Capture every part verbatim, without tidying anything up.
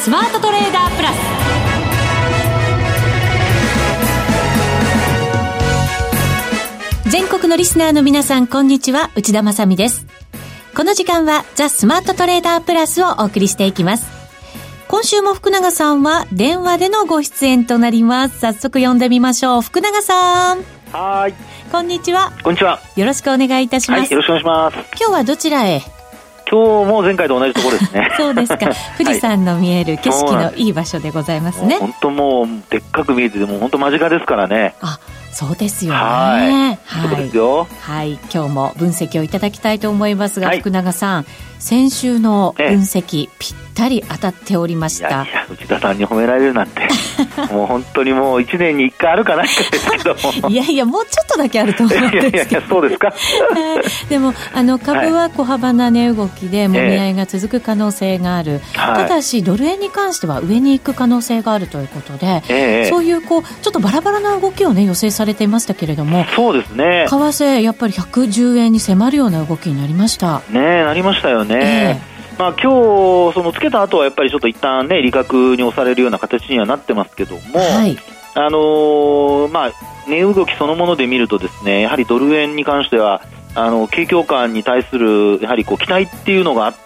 スマートトレーダープラス。全国のリスナーの皆さん、こんにちは、内田まさみです。この時間はザ・スマートトレーダープラスをお送りしていきます。今週も福永さんは電話でのご出演となります。早速呼んでみましょう。福永さん。 はい。 こんにちは。 こんにちは。 よろしくお願いいたします。 はい、よろしくお願いします。 今日はどちらへ？ 今日も前回と同じところですね。 そうですか。富士山の見える景色のいい場所でございますね。 本当もうでっかく見えてて、もう本当間近ですからね。 あ、そうですよね。 はい。 はい。 そうですよ。 はい。今日も分析をいただきたいと思いますが、 はい、 福永さん、先週の分析、ええ、ぴったり当たっておりました。 いやいや、内田さんに褒められるなんてもう本当にもういちねんにいっかいあるかないかですけどもいやいや、もうちょっとだけあると思うんですけど。いやいやいや、 そうですかでもあの株は小幅な値動きでもみ合いが続く可能性がある、えー、ただしドル円に関しては上に行く可能性があるということで、えー、そういうこうちょっとバラバラな動きをね予想されていましたけれども、 そうですね、 為替やっぱりひゃくじゅうえんに迫るような動きになりましたね。なりましたよね、えーまあ、今日そのつけた後はやっぱりちょっと一旦ね利確に押されるような形にはなってますけども、はい、あのー、まあ値動きそのもので見るとですね、やはりドル円に関してはあの景況感に対するやはりこう期待っていうのがあって、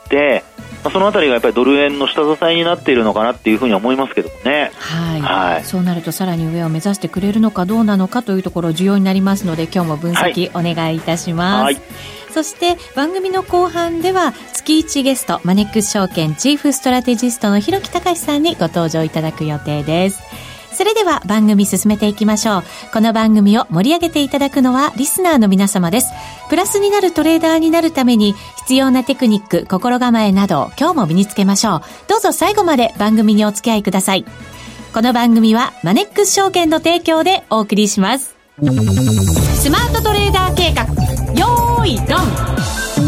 まあ、そのあたりがやっぱりドル円の下支えになっているのかなっていうふうに思いますけどね。 はい、はい、そうなるとさらに上を目指してくれるのかどうなのかというところ重要になりますので、今日も分析お願いいたします。はい、そして番組の後半では月いちゲストマネックス証券チーフストラテジストの広木隆さんにご登場いただく予定です。それでは番組進めていきましょう。この番組を盛り上げていただくのはリスナーの皆様です。プラスになるトレーダーになるために必要なテクニック、心構えなど今日も身につけましょう。どうぞ最後まで番組にお付き合いください。この番組はマネックス証券の提供でお送りします。スマートトレーダー計画、よーいドン。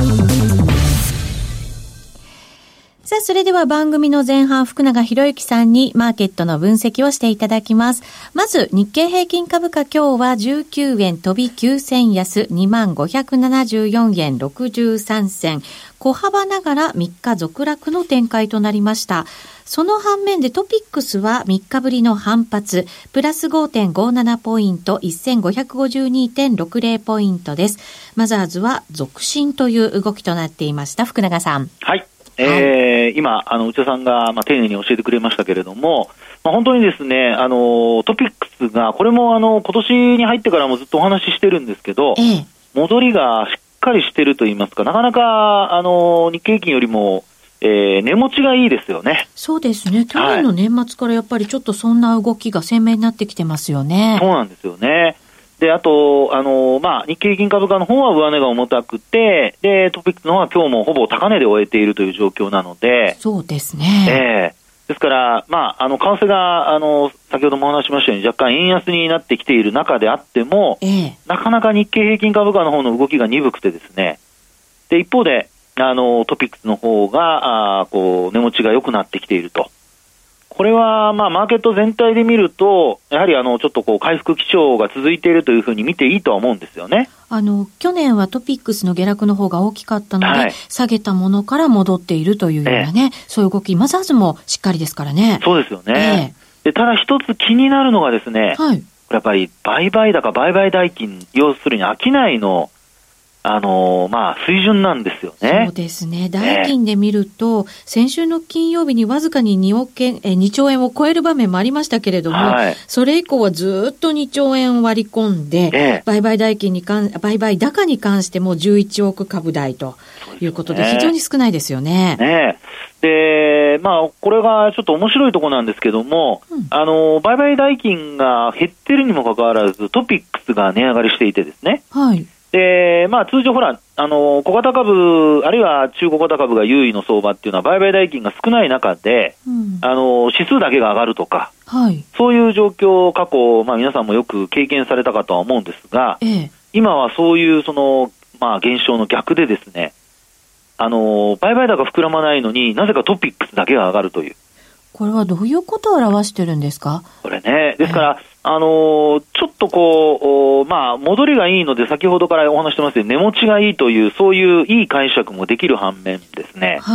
さあ、それでは番組の前半、福永博之さんにマーケットの分析をしていただきます。まず、日経平均株価今日はじゅうきゅうえん飛びきゅうせん安、にまんごひゃくななじゅうよんえんろくじゅうさんせん。小幅ながらみっか続落の展開となりました。その反面でトピックスはみっかぶりの反発、プラス ごてんごなな ポイント、せんごひゃくごじゅうにてんろくぜろ ポイントです。マザーズは続伸という動きとなっていました。福永さん。 はい。えー、今あの内田さんが、まあ、丁寧に教えてくれましたけれども、まあ、本当にですね、あのトピックスがこれもあの今年に入ってからもずっとお話ししてるんですけど、ええ、戻りがしっかりしてると言いますか、なかなかあの日経平均よりも、えー、値持ちがいいですよね。 そうですね、去年の年末からやっぱりちょっとそんな動きが鮮明になってきてますよね。 そうなんですよね。で、あと、あの、まあ、日経平均株価の方は上値が重たくて、で、トピックスの方は今日もほぼ高値で終えているという状況なので。 そうですね。 えー、ですから、まあ、あの、為替が、あの、先ほどもお話ししましたように若干円安になってきている中であっても、えー、なかなか日経平均株価の方の動きが鈍くてですね。で、一方で、あの、トピックスの方が、あこう、値持ちが良くなってきていると。これは、まあ、マーケット全体で見ると、やはりあの、ちょっとこう、回復基調が続いているというふうに見ていいとは思うんですよね。 あの、去年はトピックスの下落の方が大きかったので、はい、下げたものから戻っているというようなね、ええ、そういう動き、マザーズもしっかりですからね。 そうですよね。え、で、ただ一つ気になるのがですね、はい、やっぱり売買高、売買代金、要するに商いの、あのー、まあ、水準なんですよね。 そうですね。代金で見ると、えー、先週の金曜日にわずかににおくえん、え、にちょうえんを超える場面もありましたけれども、はい、それ以降はずっとにちょうえん割り込んで、えー、売買代金に関、売買高に関してもじゅういちおく株台ということで、非常に少ないですよね。 ねで、まあ、これがちょっと面白いところなんですけども、うん、あの、売買代金が減ってるにもかかわらず、トピックスが値上がりしていてですね。はい。で、まあ通常ほら、あの、小型株、あるいは中小型株が優位の相場っていうのは売買代金が少ない中で、うん、あの、指数だけが上がるとか、はい、そういう状況を過去、まあ皆さんもよく経験されたかとは思うんですが、ええ、今はそういうその、まあ現象の逆でですね、あの、売買高膨らまないのになぜかトピックスだけが上がるという。 これはどういうことを表してるんですか？ これね、ですから、ええ、あのー、ちょっとこう、まあ、戻りがいいので、先ほどからお話してますように、値持ちがいいという、そういういい解釈もできる反面ですね。はい。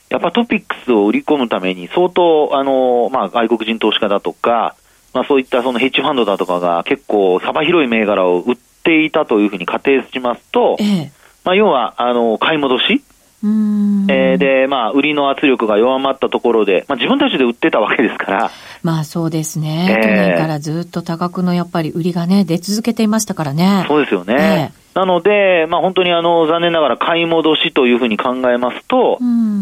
やっぱトピックスを売り込むために相当、あの、まあ、外国人投資家だとか、まあ、そういったそのヘッジファンドだとかが結構幅広い銘柄を売っていたというふうに仮定しますと、ええ、まあ、要は、あの、買い戻し、うーんえー、で、まあ、売りの圧力が弱まったところで、まあ、自分たちで売ってたわけですから。 まあ、そうですね。えー、去年からずっと多額のやっぱり売りがね、出続けていましたからね。 そうですよね。えーなので、まあ、本当にあの残念ながら買い戻しというふうに考えますと、うん、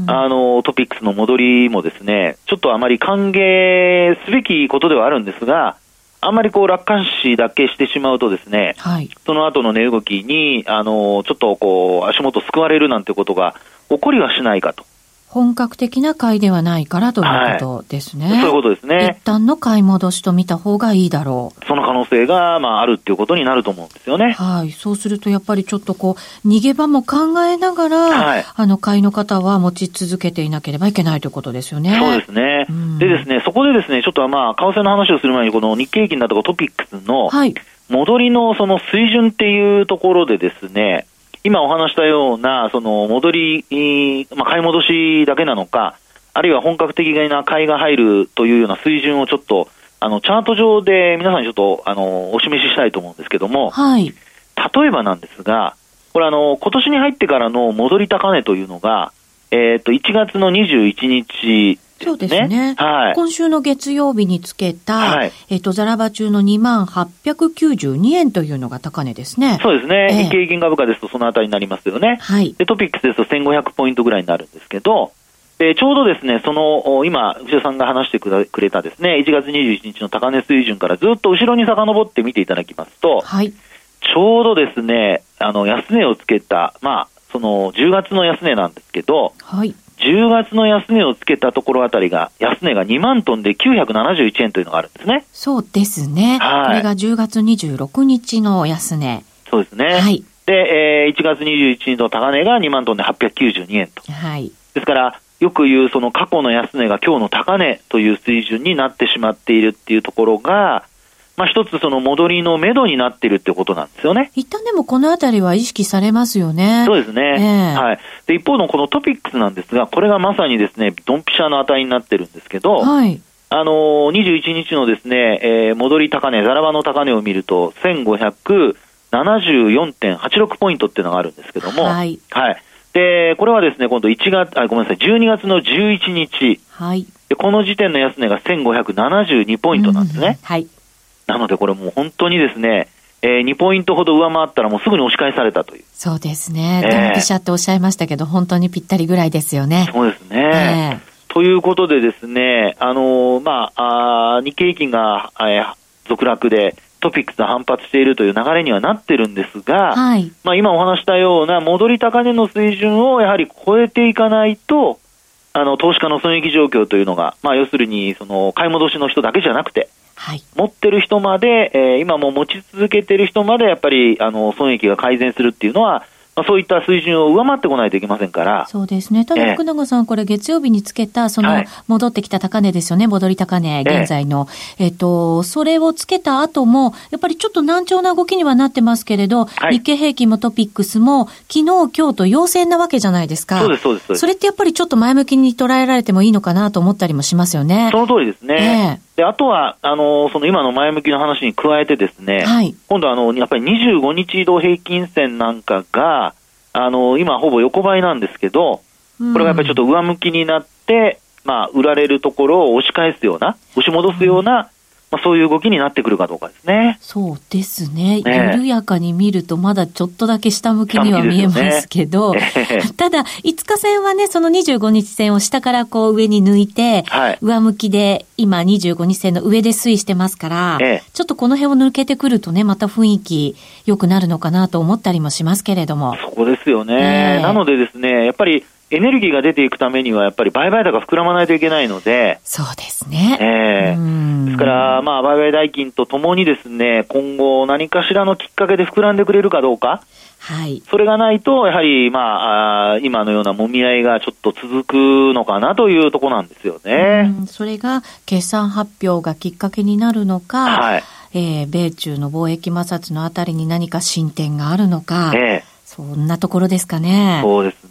あのトピックスの戻りもですね、ちょっとあまり歓迎すべきことではあるんですが、あんまりこう楽観視だけしてしまうとですね、はい、その後の値動きにあのちょっとこう足元救われるなんてことが起こりはしないかと。 本格的な買いではないからということですね。 はい、そういうことですね。 一旦の買い戻しと見た方がいいだろう。その可能性が、まあ、あるっていうことになると思うんですよね。 はい。そうするとやっぱりちょっとこう逃げ場も考えながら、はい、あの買いの方は持ち続けていなければいけないということですよね。 そうですね。うん、でですね、そこでですね、ちょっとまあ為替の話をする前にこの日経平均だとかトピックスの戻りのその水準っていうところでですね。今お話したような、その戻り、まあ、買い戻しだけなのか、あるいは本格的な買いが入るというような水準をちょっと、あの、チャート上で皆さんにちょっと、あの、お示ししたいと思うんですけども、はい。例えばなんですが、これあの、今年に入ってからの戻り高値というのが、えっと、いちがつのにじゅういちにち、 そうですね。はい。今週の月曜日につけた、はい、えっと、ザラバ中の にまんはっぴゃくきゅうじゅうにえんというのが高値ですね。 そうですね。えー、日経平均株価ですとそのあたりになりますよね。はい。で、トピックスですとせんごひゃくポイントぐらいになるんですけど、で、ちょうどですね、その、今、内田さんが話してくれたですね、いちがつにじゅういちにちの高値水準からずっと後ろに遡って見ていただきますと、はい。ちょうどですね、あの、安値をつけた、まあ、その、じゅうがつの安値なんですけど、はい。じゅうがつの安値をつけたところあたりが、安値がにまんトンできゅうひゃくななじゅういちえんというのがあるんですね。 そうですね。はい。これがじゅうがつにじゅうろくにちの安値。 そうですね。はい。で、えー、いちがつにじゅういちにちの高値がにまんトンではっぴゃくきゅうじゅうにえんと。はい。ですから、よく言うその過去の安値が今日の高値という水準になってしまっているっていうところが、まあ一つその戻りの目処になっているってことなんですよね。 一旦でもこのあたりは意識されますよね。 そうですね。えー、はい。で、一方のこのトピックスなんですが、これがまさにですね、ドンピシャの値になってるんですけど、はい。あのー、にじゅういちにちのですね、えー、戻り高値、ザラバの高値を見ると、せんごひゃくななじゅうよんてんはちろくポイントっていうのがあるんですけども、はい。はい。で、これはですね、今度いちがつ、あ、ごめんなさい、じゅうにがつのじゅういちにち。はい。で、この時点の安値がせんごひゃくななじゅうにポイントなんですね。うん、はい。なのでこれもう本当にですね、えー、にポイントほど上回ったらもうすぐに押し返されたという。 そうですね。ドンピシャっておっしゃいましたけど、本当にぴったりぐらいですよね。 そうですね。えー、ということでですね、あのー、まあ、あ日経平均が、えー、続落でトピックスが反発しているという流れにはなってるんですが、はい。まあ今お話したような戻り高値の水準をやはり超えていかないと、あの、投資家の損益状況というのが、まあ要するにその買い戻しの人だけじゃなくて、はい、持ってる人まで、えー、今も持ち続けてる人までやっぱりあの損益が改善するっていうのは、まあ、そういった水準を上回ってこないといけませんから。 そうですね。ただ福永さん、えー、これ月曜日につけたその戻ってきた高値ですよね、はい、戻り高値現在の、えー、えっとそれをつけた後もやっぱりちょっと難聴な動きにはなってますけれど、はい、日経平均もトピックスも昨日今日と陽線なわけじゃないですか。 そうですそうです。 それってやっぱりちょっと前向きに捉えられてもいいのかなと思ったりもしますよね。 その通りですね。えーで、あとは、あの、その今の前向きの話に加えてですね、はい、今度あの、やっぱりにじゅうごにち移動平均線なんかが、あの、今ほぼ横ばいなんですけど、これがやっぱりちょっと上向きになって、うん、まあ、売られるところを押し返すような、押し戻すような、うんまあ、そういう動きになってくるかどうかですね。 そうですね。ね緩やかに見るとまだちょっとだけ下向きには見えますけど、ね、ただいつか線はね、そのにじゅうごにち線を下からこう上に抜いて、はい、上向きで今にじゅうごにち線の上で推移してますから、ええ、ちょっとこの辺を抜けてくるとね、また雰囲気良くなるのかなと思ったりもしますけれども。 そこですよね。えー、なのでですね、やっぱりエネルギーが出ていくためにはやっぱり売買高膨らまないといけないので。 そうですね。 えー、ですから、まあ、売買代金とともにですね、今後何かしらのきっかけで膨らんでくれるかどうか。はい。それがないと、やはり、まあ、あ今のような揉み合いがちょっと続くのかなというところなんですよね。 うん、それが決算発表がきっかけになるのか、はい。えー、米中の貿易摩擦のあたりに何か進展があるのか。えーそんなところですかね。 そうです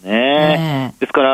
ね。えー、ですから、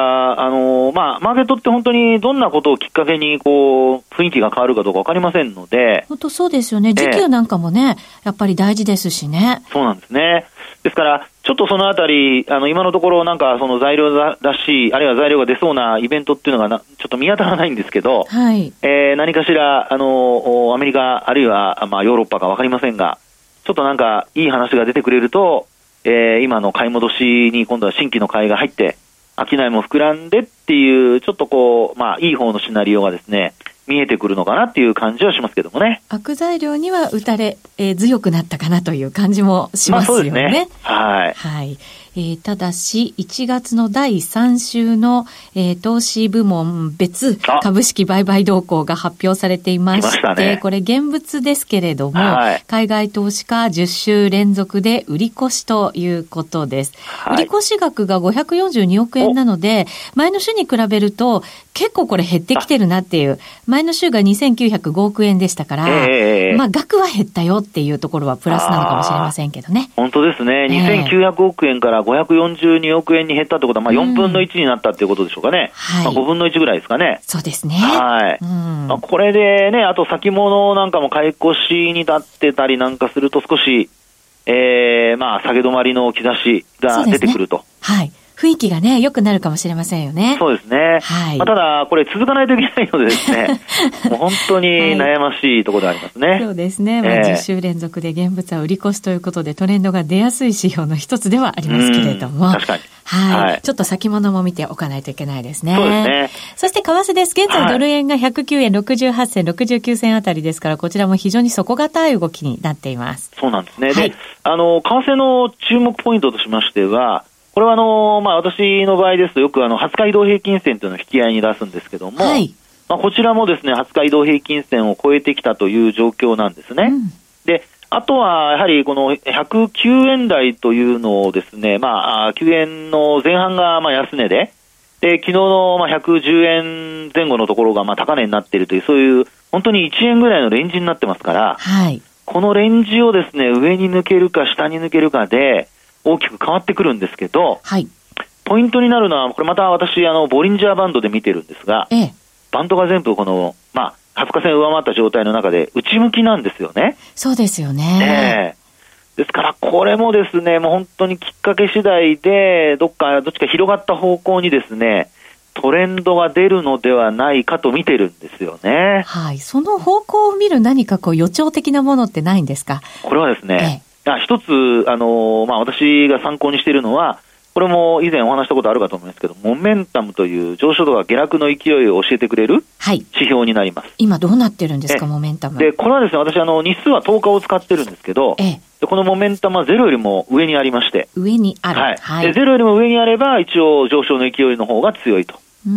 あのー、まあ、マーケットって本当にどんなことをきっかけに、こう、雰囲気が変わるかどうかわかりませんので。 本当そうですよね。時給なんかもね、えー、やっぱり大事ですしね。 そうなんですね。ですから、ちょっとそのあたり、あの、今のところなんかその材料らしい、あるいは材料が出そうなイベントっていうのがな、ちょっと見当たらないんですけど、 はい。 えー、何かしら、あの、アメリカ、あるいは、まあ、ヨーロッパかわかりませんが、ちょっとなんか、いい話が出てくれると、えー、今の買い戻しに今度は新規の買いが入って、商いも膨らんでっていう、ちょっとこう、まあ、いい方のシナリオがですね、見えてくるのかなっていう感じはしますけどもね。 悪材料には打たれ、えー、強くなったかなという感じもしますよね。まあ、そうですね。 はい。 はい。えー、ただし、いちがつのだいさん週の、えー、投資部門別株式売買動向が発表されていまして、まね、これ現物ですけれども、はい、海外投資家じゅっ週連続で売り越しということです。はい、売り越し額がごひゃくよんじゅうにおくえんなので、前の週に比べると結構これ減ってきてるなっていう、前の週がにせんきゅうひゃくごおくえんでしたから、えー、まあ額は減ったよっていうところはプラスなのかもしれませんけどね。 本当ですね。にせんきゅうひゃくおくえんからごひゃくよんじゅうにおくえんに減ったってことは、まあよんぶんのいちになったっていうことでしょうかね。うん、まあごぶんのいちぐらいですかね。 そうですね。 はい。うん、まあ、これでね、あと先物なんかも買い越しに立ってたりなんかすると少し、えー、まあ下げ止まりの兆しが出てくると。 ね、はい。雰囲気がね、良くなるかもしれませんよね。 そうですね。はい。まあ、ただ、これ続かないといけないのでですね、もう本当に悩ましいところでありますね。はい、 そうですね。まあ、じゅっ週連続で現物は売り越しということで、トレンドが出やすい指標の一つではありますけれども。 確かに。 はい。はい。ちょっと先物も見ておかないといけないですね。 そうですね。 そして為替です。現在ドル円がひゃくきゅうえんろくじゅうはちせん、ろくじゅうきゅうせんあたりですから、こちらも非常に底堅い動きになっています。 そうなんですね。はい、で、あの、為替の注目ポイントとしましては、これはあの、まあ、私の場合ですとよくあの、はつか移動平均線というのを引き合いに出すんですけども、はい、まあ、こちらもですね、はつか移動平均線を超えてきたという状況なんですね。うん、で、あとはやはりこのひゃくきゅうえん台というのをですね、まあ、きゅうえんの前半がまあ安値で、で、昨日のまあひゃくじゅうえんぜん後のところがまあ高値になっているという、そういう本当にいちえんぐらいのレンジになってますから、はい、このレンジをですね、上に抜けるか下に抜けるかで、大きく変わってくるんですけど、はい、ポイントになるのは、これまた私、あの、ボリンジャーバンドで見てるんですが、ええ、バンドが全部この、まあ、はつか線上回った状態の中で内向きなんですよね。 そうですよね。 ええ、ですから、これもですね、もう本当にきっかけ次第で、どっか、どっちか広がった方向にですね、トレンドが出るのではないかと見てるんですよね。 はい。その方向を見る何かこう予兆的なものってないんですか？ これはですね、ええ、一つ、あのー、まあ、私が参考にしているのは、これも以前お話したことあるかと思いますけど、モメンタムという上昇とか下落の勢いを教えてくれる指標になります。はい、 今どうなってるんですか、モメンタム。 で、これはですね、私、あの、日数はとおかを使ってるんですけど、ええ、でこのモメンタムはゼロよりも上にありまして。 上にある。 はい。はい、でゼロよりも上にあれば、一応上昇の勢いの方が強いと。うん、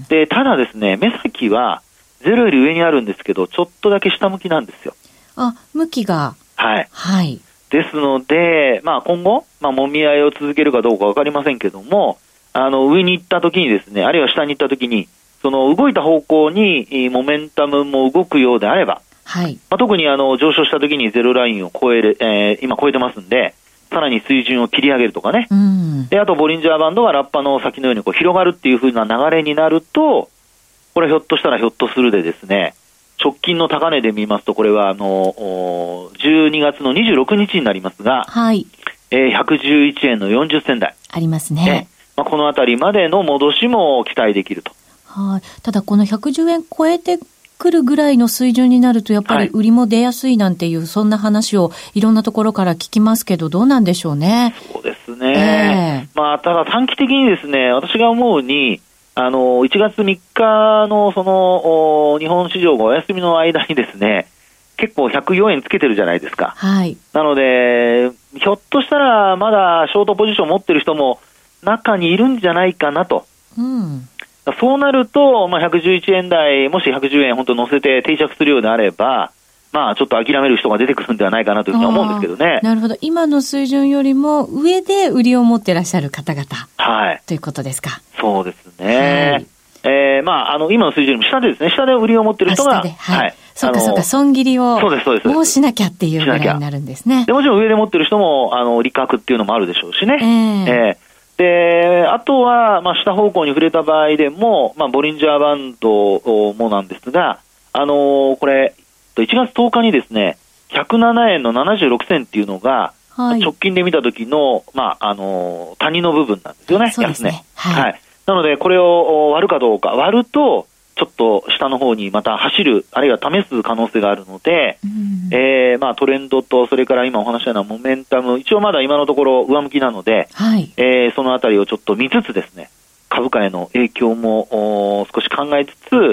で、ただですね、目先はゼロより上にあるんですけど、ちょっとだけ下向きなんですよ。 あ、向きが。 はい。 はい。 ですので、まあ今後、まあ揉み合いを続けるかどうかわかりませんけども、あの上に行った時にですね、あるいは下に行った時に、その動いた方向にモメンタムも動くようであれば、はい。まあ、特にあの上昇した時にゼロラインを超える、えー、今超えてますんで、さらに水準を切り上げるとかね。うん、で、あとボリンジャーバンドがラッパの先のようにこう広がるっていう風な流れになると、これひょっとしたらひょっとするでですね、直近の高値で見ますと、これはあのじゅうにがつのにじゅうろくにちになりますが、はい、えー、ひゃくじゅういちえんのよんじゅっせん台ありますね。 えーまあ、このあたりまでの戻しも期待できると。 はい。ただこのひゃくじゅうえん超えてくるぐらいの水準になるとやっぱり売りも出やすいなんていう、はい、そんな話をいろんなところから聞きますけど、どうなんでしょうね。 そうですね。えー、まあただ短期的にですね、私が思うに。あの、いちがつみっかのその、日本市場がお休みの間にですね、結構ひゃくよえんつけてるじゃないですか。はい。なので、ひょっとしたらまだショートポジション持ってる人も中にいるんじゃないかなと。うん。そうなると、まあ、ひゃくじゅういちえん台、もしひゃくじゅうえん本当乗せて定着するようであれば、まあ、ちょっと諦める人が出てくるんではないかなというふうに思うんですけどね。 なるほど。今の水準よりも上で売りを持ってらっしゃる方々。はい。ということですか。 そうですね。はい、えー、まあ、あの、今の水準よりも下でですね、下で売りを持ってる人が、 下で、はい。はい、そうかそうか、損切りを、そうです、そうです。もうしなきゃっていうぐらいになるんですね。 で、もちろん上で持ってる人も、あの、利確っていうのもあるでしょうしね。えー、えーで、あとは、まあ、下方向に触れた場合でも、まあ、ボリンジャーバンドもなんですが、あのー、これ、いちがつとおかにですね、ひゃくななえんのななじゅうろくせんっていうのが、はい、直近で見た時の、まあ、あのー、谷の部分なんですよね、 そうですね。 安値。はい。はい。なので、これを割るかどうか、割ると、ちょっと下の方にまた走る、あるいは試す可能性があるので、うん、えー、まあトレンドと、それから今お話したようなモメンタム、一応まだ今のところ上向きなので、はい、えー、そのあたりをちょっと見つつですね、株価への影響も少し考えつつ、うん、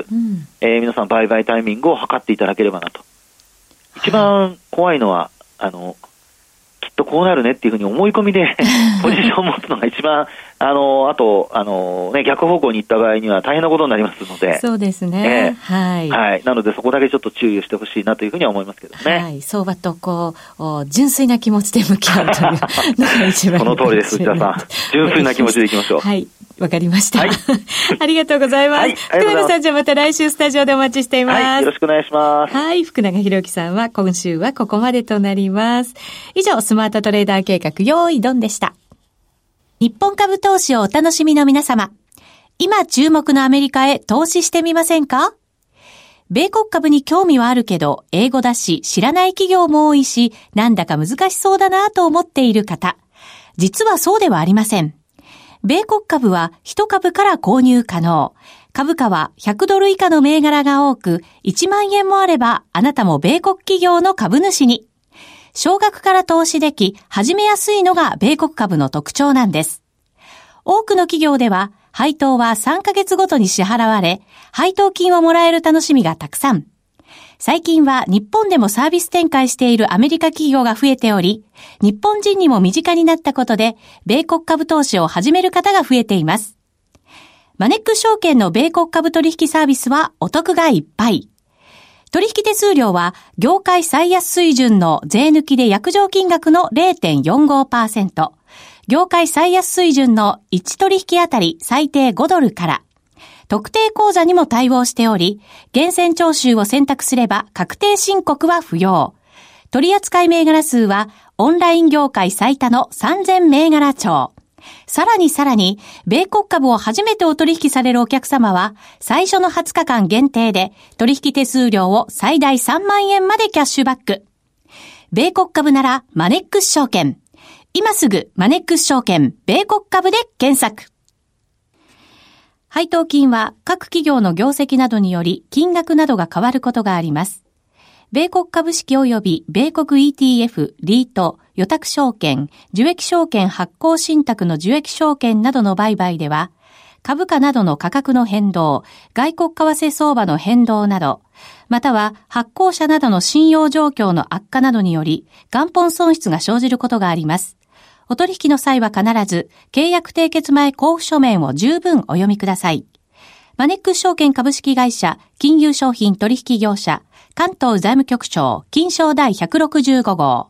えー、皆さん売買タイミングを測っていただければなと。一番怖いのは、あの、きっとこうなるねっていうふうに思い込みでポジションを持つのが一番、あの、あと、あの、ね、逆方向に行った場合には大変なことになりますので。 そうですね。 えー、はい。はい。なのでそこだけちょっと注意をしてほしいなというふうには思いますけどね。 はい。相場とこう、純粋な気持ちで向き合うというのが一番。 その通りです、内田さん。純粋な気持ちでいきましょう。 はい。わかりました。はい、ありがとうございます。はい、福永さん、じゃあまた来週スタジオでお待ちしています。 はい、よろしくお願いします。 はい、福永博之さんは今週はここまでとなります。以上、スマートトレーダー計画、用意ドンでした。日本株投資をお楽しみの皆様。今注目のアメリカへ投資してみませんか？米国株に興味はあるけど、英語だし、知らない企業も多いし、なんだか難しそうだなと思っている方。実はそうではありません。米国株はいち株から購入可能。株価はひゃくドル以下の銘柄が多く、いちまんえんもあれば、あなたも米国企業の株主に。少額から投資でき、始めやすいのが米国株の特徴なんです。多くの企業では、配当はさんかげつごとに支払われ、配当金をもらえる楽しみがたくさん。最近は日本でもサービス展開しているアメリカ企業が増えており、日本人にも身近になったことで、米国株投資を始める方が増えています。マネックス証券の米国株取引サービスはお得がいっぱい。取引手数料は業界最安水準の税抜きで約定金額の れいてんよんごパーセント、業界最安水準のいち取引あたり最低ごドルから、特定口座にも対応しており、厳選徴収を選択すれば確定申告は不要。取扱銘柄数はオンライン業界最多のさんぜん銘柄超。さらにさらに、米国株を初めてお取引されるお客様は、最初のはつかかん限定で取引手数料を最大さんまんえんまでキャッシュバック。米国株ならマネックス証券。今すぐマネックス証券米国株で検索。配当金は各企業の業績などにより金額などが変わることがあります。米国株式及び米国 イーティーエフ、リート、予託証券、受益証券発行信託の受益証券などの売買では、株価などの価格の変動、外国為替相場の変動など、または発行者などの信用状況の悪化などにより、元本損失が生じることがあります。お取引の際は必ず、契約締結前交付書面を十分お読みください。マネックス証券株式会社、金融商品取引業者、関東財務局長、金商第ひゃくろくじゅうご号。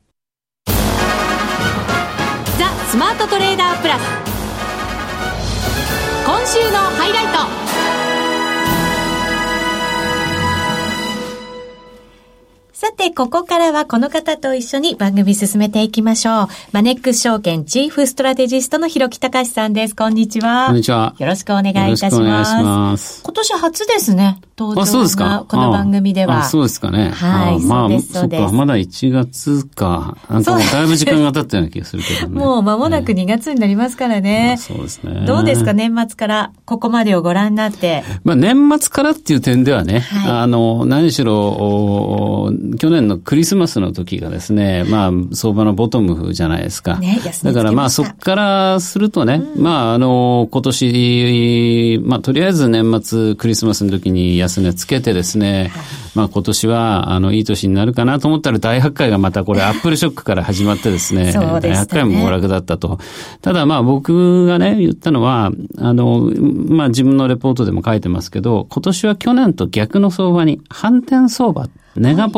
ザ・スマートトレーダープラス。今週のハイライト。さて、ここからはこの方と一緒に番組進めていきましょう。マネックス証券チーフストラテジストの広木隆さんです。こんにちは。 こんにちは。 よろしくお願いいたします。よろしくお願いします。今年初ですね。登場がこの番組では。 あ、そうですかね。 はい。 まあ、 そうです、そうです。 そっか、まだいちがつか。なんかもうだいぶ時間が経ったような気がするけどね。 もう間もなくにがつになりますからね。 そうですね。 どうですか、年末からここまでをご覧になって。 まあ、年末からっていう点ではね、はい、あの、何しろ、去年のクリスマスの時がですね、まあ、相場のボトムじゃないですか。 ね、 だからまあ、そっからするとね、うん、まあ、あの、今年、まあ、とりあえず年末クリスマスの時に安値つけてですね、はい、まあ、今年は、あの、いい年になるかなと思ったら大発会がまたこれアップルショックから始まってですね、 そうでしたね、 大発会も暴落だったと。ただまあ、僕がね、言ったのは、あの、まあ、自分のレポートでも書いてますけど、今年は去年と逆の相場に反転相場、ネガポジ、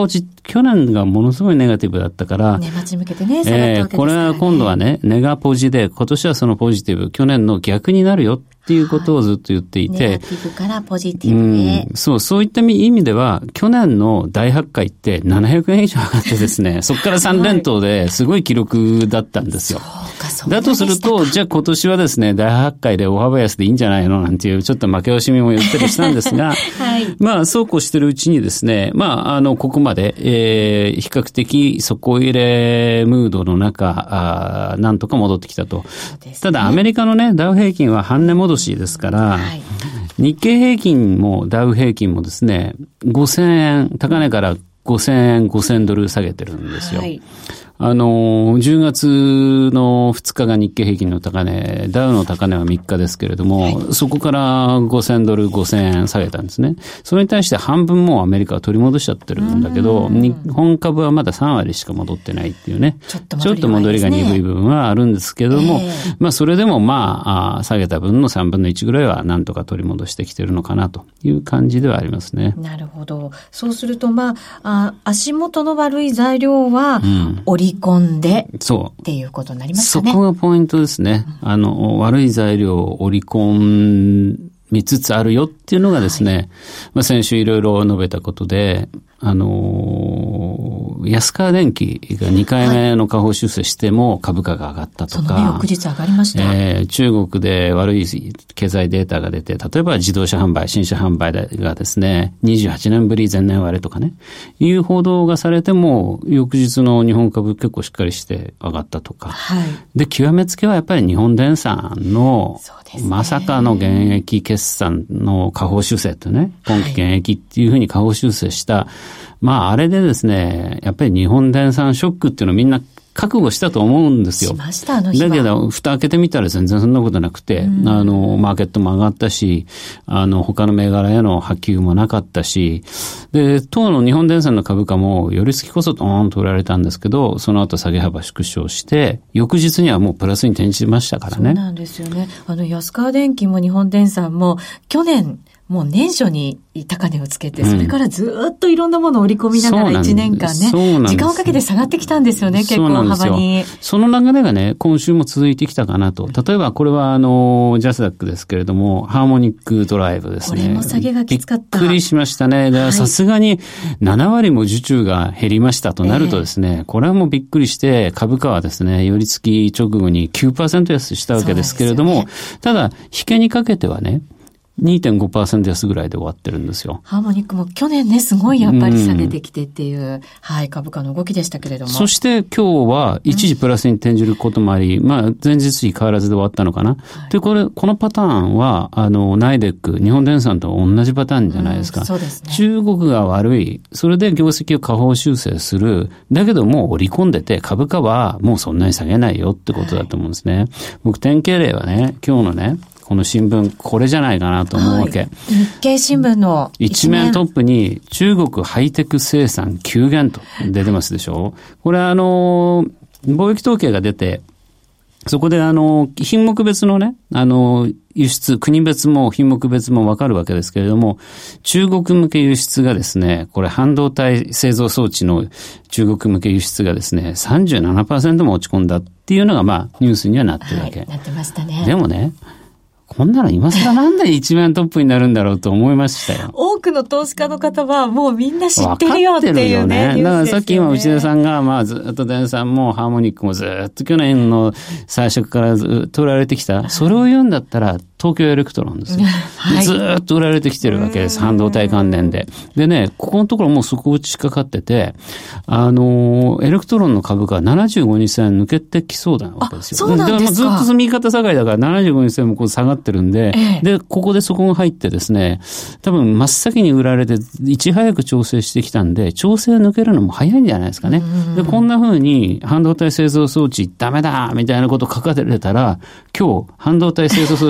去年がものすごいネガティブだったから、 年末に向けてね、下がったわけですからね。 これは今度はね、ネガポジで、今年はそのポジティブ、去年の逆になるよっていうことをずっと言っていて、 はい、ネガティブからポジティブへ、 うん、そう、そういった意味では、去年の大発会ってななひゃくえん以上上がってですね、そこからさん連投ですごい記録だったんですよ。 そうか、そうだとすると、じゃあ今年はですね、大発会で大幅安でいいんじゃないのなんていう、ちょっと負け惜しみも言ったりしたんですが、はい、まあ、そうこうしてるうちにですね、まあ、あの、ここまで、えー、比較的底入れムードの中、あなんとか戻ってきたと。ね、ただ、アメリカのね、ダウ平均は半値戻しですから、はい、日経平均もダウ平均もですね、ごせんえん、高値からごせんえん、ごせんドル下げてるんですよ。はい、あの、じゅうがつのふつかが日経平均の高値、ダウの高値はみっかですけれども、はい、そこからごせんドル、ごせんえん下げたんですね。それに対して半分もうアメリカは取り戻しちゃってるんだけど、日本株はまださんわりしか戻ってないっていうね。ちょっと戻り、ね、ちょっと戻りが鈍い部分はあるんですけれども、えー、まあそれでもまあ、あ下げた分のさんぶんのいちぐらいはなんとか取り戻してきてるのかなという感じではありますね。 なるほど。そうするとまあ、あ足元の悪い材料は、織り込んで、そうっていうことになりますかね。 そこがポイントですね。うん、あの、悪い材料を織り込みつつあるよっていうのがですね、はい、まあ先週いろいろ述べたことで、あのー、安川電機がにかいめの下方修正しても株価が上がったとか。 そのね、翌日上がりました。 えー、中国で悪い経済データが出て、例えば自動車販売、新車販売がですね、にじゅうはちねんぶり前年割れとかね、いう報道がされても、翌日の日本株結構しっかりして上がったとか。はい、で、極めつけはやっぱり日本電産の、ね、まさかの減益決算の下方修正とね、今期減益っていうふうに下方修正した、はい、まあ、あれでですね、やっぱり日本電産ショックっていうのをみんな覚悟したと思うんですよ。 しました、あの日は。 だけど、蓋開けてみたら全然そんなことなくて、あの、マーケットも上がったし、あの、他の銘柄への波及もなかったし、で、当の日本電産の株価も、寄り付きこそドーンと売られたんですけど、その後下げ幅縮小して、翌日にはもうプラスに転じましたからね。 そうなんですよね。あの、安川電機も日本電産も、去年、もう年初に高値をつけて、それからずっといろんなものを織り込みながらいちねんかんね、時間をかけて下がってきたんですよね、結構幅に。 その流れがね、今週も続いてきたかなと。例えばこれはあの、ジャスダックですけれども、ハーモニックドライブですね。 これも下げがきつかった。 びっくりしましたね。さすがにななわりも受注が減りましたとなるとですね、えー、これはもうびっくりして株価はですね、寄り付き直後に きゅうパーセント 安したわけですけれども、ね、ただ、引けにかけてはね、にてんごパーセント 安ぐらいで終わってるんですよ。 ハーモニックも去年ね、すごいやっぱり下げてきてっていう、うん、はい、株価の動きでしたけれども。 そして今日は一時プラスに転じることもあり、うん、まあ前日比変わらずで終わったのかな。はい、で、これ、このパターンは、あの、ナイデック、日本電産と同じパターンじゃないですか。うん、 そうですね。 中国が悪い。それで業績を下方修正する。だけどもう織り込んでて株価はもうそんなに下げないよってことだと思うんですね。はい、僕、典型例はね、今日のね、この新聞、これじゃないかなと思うわけ。はい、 日経新聞の一面トップに中国ハイテク生産急減と出てますでしょ。これはあの、貿易統計が出て、そこであの、品目別のね、あの、輸出、国別も品目別もわかるわけですけれども、中国向け輸出がですね、これ半導体製造装置の中国向け輸出がですね、さんじゅうななパーセント も落ち込んだっていうのがまあ、ニュースにはなってるわけ。はい、 なってましたね。 でもね、こんなの今更なんで一面トップになるんだろうと思いましたよ。 多くの投資家の方はもうみんな知ってるよっていうね。 わかってるよね。だからさっき今内田さんがまあずっと電産もハーモニックもずっと去年の最初からずっと売られてきた。それを言うんだったら東京エレクトロンですよ。はい、ずっと売られてきてるわけです。半導体関連で。でね、ここのところもう底打ちしかかってて、あの、エレクトロンの株価ななじゅうごにちせん抜けてきそうなわけですよ。 そうなんですか。 だからずっと右肩下がりだからななじゅうごにちせんもこう下がってるんで、ええ、で、ここでそこが入ってですね、多分真っ先に売られて、いち早く調整してきたんで、調整抜けるのも早いんじゃないですかね。で、こんな風に半導体製造装置ダメだみたいなこと書かれたら、今日半導体製造装置大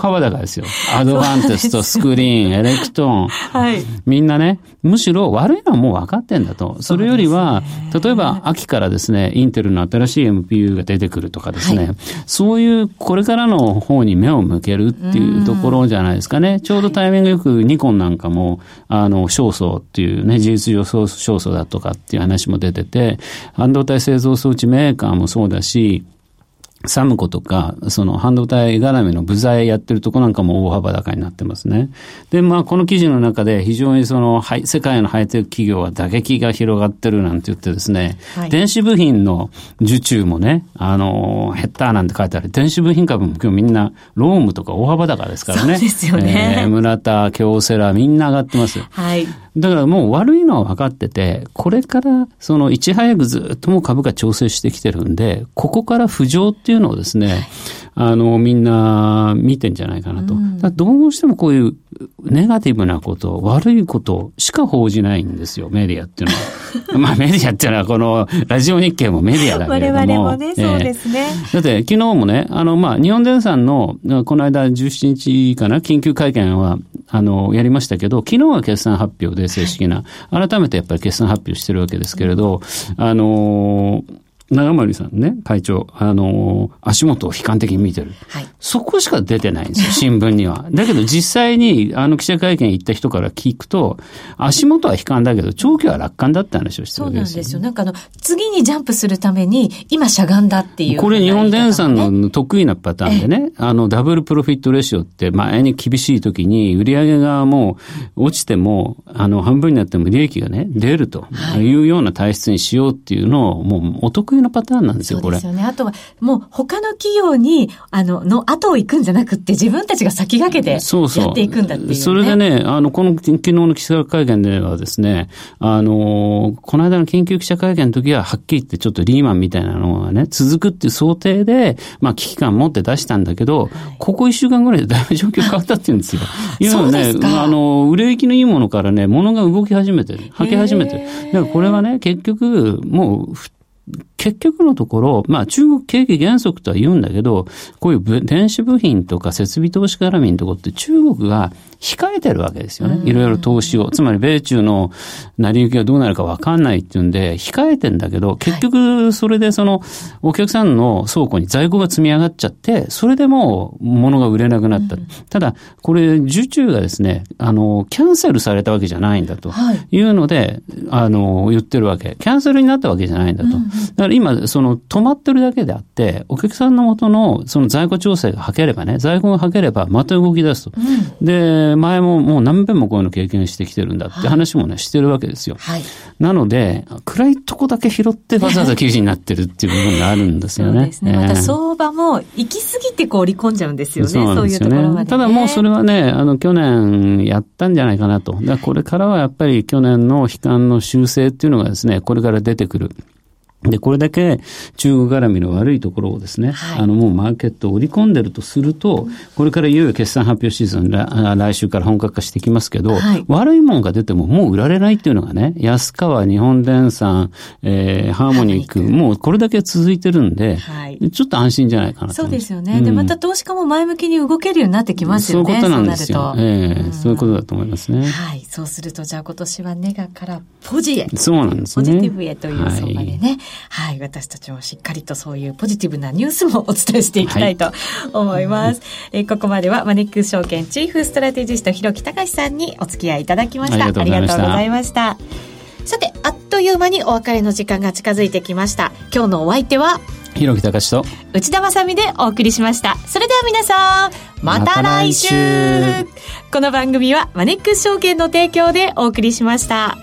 幅高ですよ。アドバンテスト、スクリーン、エレクトーン。 はい。 みんなね、むしろ悪いのはもう分かってんだと。それよりは、例えば秋からですね、インテルの新しい エムピーユー が出てくるとかですね、はい、そういうこれからの方に目を向けるっていうところじゃないですかね。ちょうどタイミングよくニコンなんかも、あの、勝訴っていうね、事実上勝訴だとかっていう話も出てて、半導体製造装置メーカーもそうだし、サムコとか、その半導体絡みの部材やってるとこなんかも大幅高になってますね。で、まあこの記事の中で非常にその、はい、世界のハイテク企業は打撃が広がってるなんて言ってですね、はい、電子部品の受注もね、あの、減ったなんて書いてある。電子部品株も今日みんなロームとか大幅高ですからね。 そうですよね。 えー、村田、京セラみんな上がってます。はい。だからもう悪いのは分かってて、これからそのいち早くずっともう株価調整してきてるんで、ここから浮上っていうのをですね、はい、あの、みんな見てんじゃないかなと。うん、だどうしてもこういうネガティブなこと、悪いことしか報じないんですよ、メディアっていうのは。まあメディアっていうのはこのラジオ日経もメディアだけれども。 我々もね、そうですね。 えー、だって昨日もね、あの、まあ日本電産のこの間じゅうしちにちかな、緊急会見は、あの、やりましたけど、昨日は決算発表で正式な、はい、改めてやっぱり決算発表してるわけですけれど、あの、長森さんね、会長、あのー、足元を悲観的に見てる。はい。そこしか出てないんですよ、新聞には。だけど実際に、あの記者会見行った人から聞くと、足元は悲観だけど、長期は楽観だって話をしてるわけですよ。 そうなんですよ。なんかあの、次にジャンプするために、今しゃがんだっていう、ね。 これ日本電産の得意なパターンでね、あの、ダブルプロフィットレシオって前に厳しい時に、売上がもう落ちても、あの、半分になっても利益がね、出るというような体質にしようっていうのを、もうお得意のパターンなんですよ、これ。 そうですよね。あとは、もう他の企業に、あの、の後を行くんじゃなくって、自分たちが先駆けてやっていくんだっていう、ね。そうそう。 それでね、あの、この昨日の記者会見ではですね、あの、この間の緊急記者会見の時は、はっきり言ってちょっとリーマンみたいなのがね、続くっていう想定で、まあ、危機感持って出したんだけど、はい、ここいっしゅうかんぐらいでだいぶ状況変わったっていうんですよ。いうのね、あの、売れ行きのいいものからね、物が動き始めてる。履き始めてる。だからこれはね、結局、もう、結局のところ、まあ中国景気減速とは言うんだけど、こういう電子部品とか設備投資絡みのところって中国が控えてるわけですよね。いろいろ投資を。つまり米中の成り行きがどうなるか分かんないっていうんで、控えてんだけど、結局それでそのお客さんの倉庫に在庫が積み上がっちゃって、それでもう物が売れなくなった。うん、ただ、これ受注がですね、あの、キャンセルされたわけじゃないんだというので、はい、あの、言ってるわけ。キャンセルになったわけじゃないんだと。うん、だから今、その止まってるだけであって、お客さんの元のその在庫調整がはければね、在庫がはければまた動き出すと。うん、で、前ももう何遍もこういうの経験してきてるんだって話もね、はい、してるわけですよ。はい、なので、暗いとこだけ拾ってわざわざ記事になってるっていう部分があるんですよね。 そうですね。えー、また相場も行き過ぎてこう織り込んじゃうんですよね。そうなんですよね。そういうところまでね。ただもうそれはね、あの去年やったんじゃないかなと。だからこれからはやっぱり去年の悲観の修正っていうのがですね、これから出てくる。で、これだけ中国絡みの悪いところをですね、はい、あのもうマーケットを織り込んでるとすると、これからいよいよ決算発表シーズン、来週から本格化してきますけど、はい、悪いもんが出てももう売られないっていうのがね、安川、日本電産、えー、ハーモニック、もうこれだけ続いてるんで、はい、ちょっと安心じゃないかなと。 そうですよね。うん、で、また投資家も前向きに動けるようになってきますよね。 そういうことなんですよ。 そうなると。 えーうん、そういうことだと思いますね。 はい。そうすると、じゃあ今年はネガからポジへ。 そうなんですね。 ポジティブへという相場でね。はい、はい、私たちもしっかりとそういうポジティブなニュースもお伝えしていきたいと思います。はい、えー、ここまではマネックス証券チーフストラテジスト広木隆さんにお付き合いいただきました。ありがとうございました。さて、あっという間にお別れの時間が近づいてきました。今日のお相手は広木隆と内田まさみでお送りしました。それでは皆さん、また来週。また来週。この番組はマネックス証券の提供でお送りしました。